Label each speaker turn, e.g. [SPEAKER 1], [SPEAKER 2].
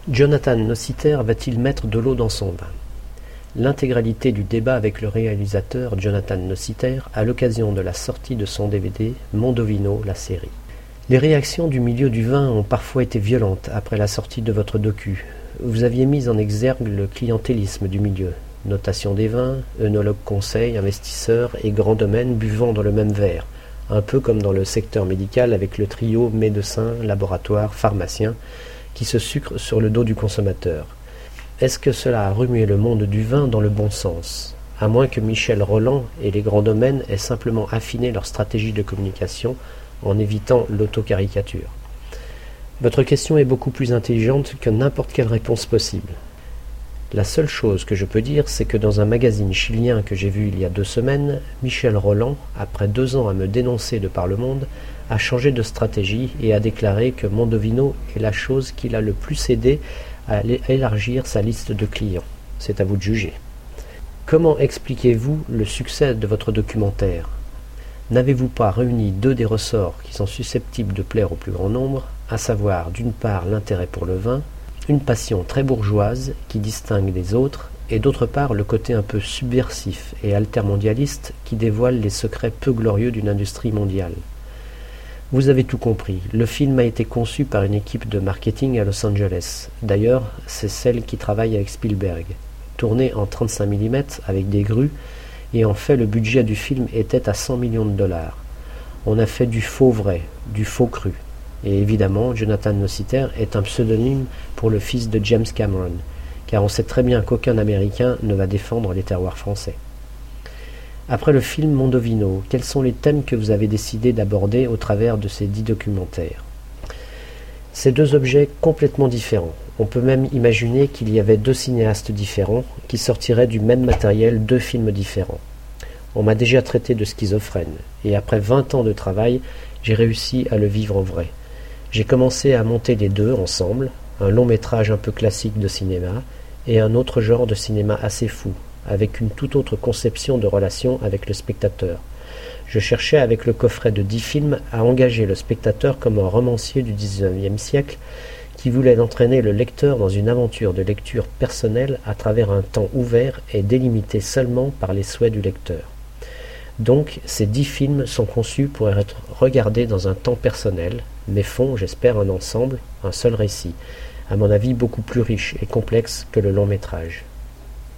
[SPEAKER 1] Jonathan Nossiter va-t-il mettre de l'eau dans son vin? L'intégralité du débat avec le réalisateur Jonathan Nossiter à l'occasion de la sortie de son DVD Mondovino, la série. Les réactions du milieu du vin ont parfois été violentes après la sortie de votre docu. Vous aviez mis en exergue le clientélisme du milieu. Notation des vins, œnologues conseils, investisseurs et grands domaines buvant dans le même verre, un peu comme dans le secteur médical avec le trio médecins, laboratoires, pharmaciens qui se sucrent sur le dos du consommateur. Est-ce que cela a remué le monde du vin dans le bon sens? À moins que Michel Rolland et les grands domaines aient simplement affiné leur stratégie de communication en évitant l'autocaricature. Votre question est beaucoup plus intelligente que n'importe quelle réponse possible. La seule chose que je peux dire, c'est que dans un magazine chilien que j'ai vu il y a 2 semaines, Michel Rolland, après 2 ans à me dénoncer de par le monde, a changé de stratégie et a déclaré que Mondovino est la chose qui l'a le plus aidé à élargir sa liste de clients. C'est à vous de juger. Comment expliquez-vous le succès de votre documentaire? N'avez-vous pas réuni 2 des ressorts qui sont susceptibles de plaire au plus grand nombre, à savoir d'une part l'intérêt pour le vin, une passion très bourgeoise qui distingue des autres, et d'autre part le côté un peu subversif et altermondialiste qui dévoile les secrets peu glorieux d'une industrie mondiale? Vous avez tout compris, le film a été conçu par une équipe de marketing à Los Angeles. D'ailleurs, c'est celle qui travaille avec Spielberg. Tourné en 35 mm avec des grues, et en fait le budget du film était à 100 millions de dollars. On a fait du faux vrai, du faux cru. Et évidemment, Jonathan Nossiter est un pseudonyme pour le fils de James Cameron, car on sait très bien qu'aucun Américain ne va défendre les terroirs français. Après le film Mondovino, quels sont les thèmes que vous avez décidé d'aborder au travers de ces 10 documentaires? Ces 2 objets complètement différents. On peut même imaginer qu'il y avait 2 cinéastes différents qui sortiraient du même matériel 2 films différents. On m'a déjà traité de schizophrène, et après 20 ans de travail, j'ai réussi à le vivre en vrai. J'ai commencé à monter les 2 ensemble, un long métrage un peu classique de cinéma, et un autre genre de cinéma assez fou, avec une toute autre conception de relation avec le spectateur. Je cherchais avec le coffret de 10 films à engager le spectateur comme un romancier du XIXe siècle qui voulait entraîner le lecteur dans une aventure de lecture personnelle à travers un temps ouvert et délimité seulement par les souhaits du lecteur. Donc, ces 10 films sont conçus pour être regardés dans un temps personnel, mais font, j'espère, un ensemble, un seul récit, à mon avis beaucoup plus riche et complexe que le long métrage.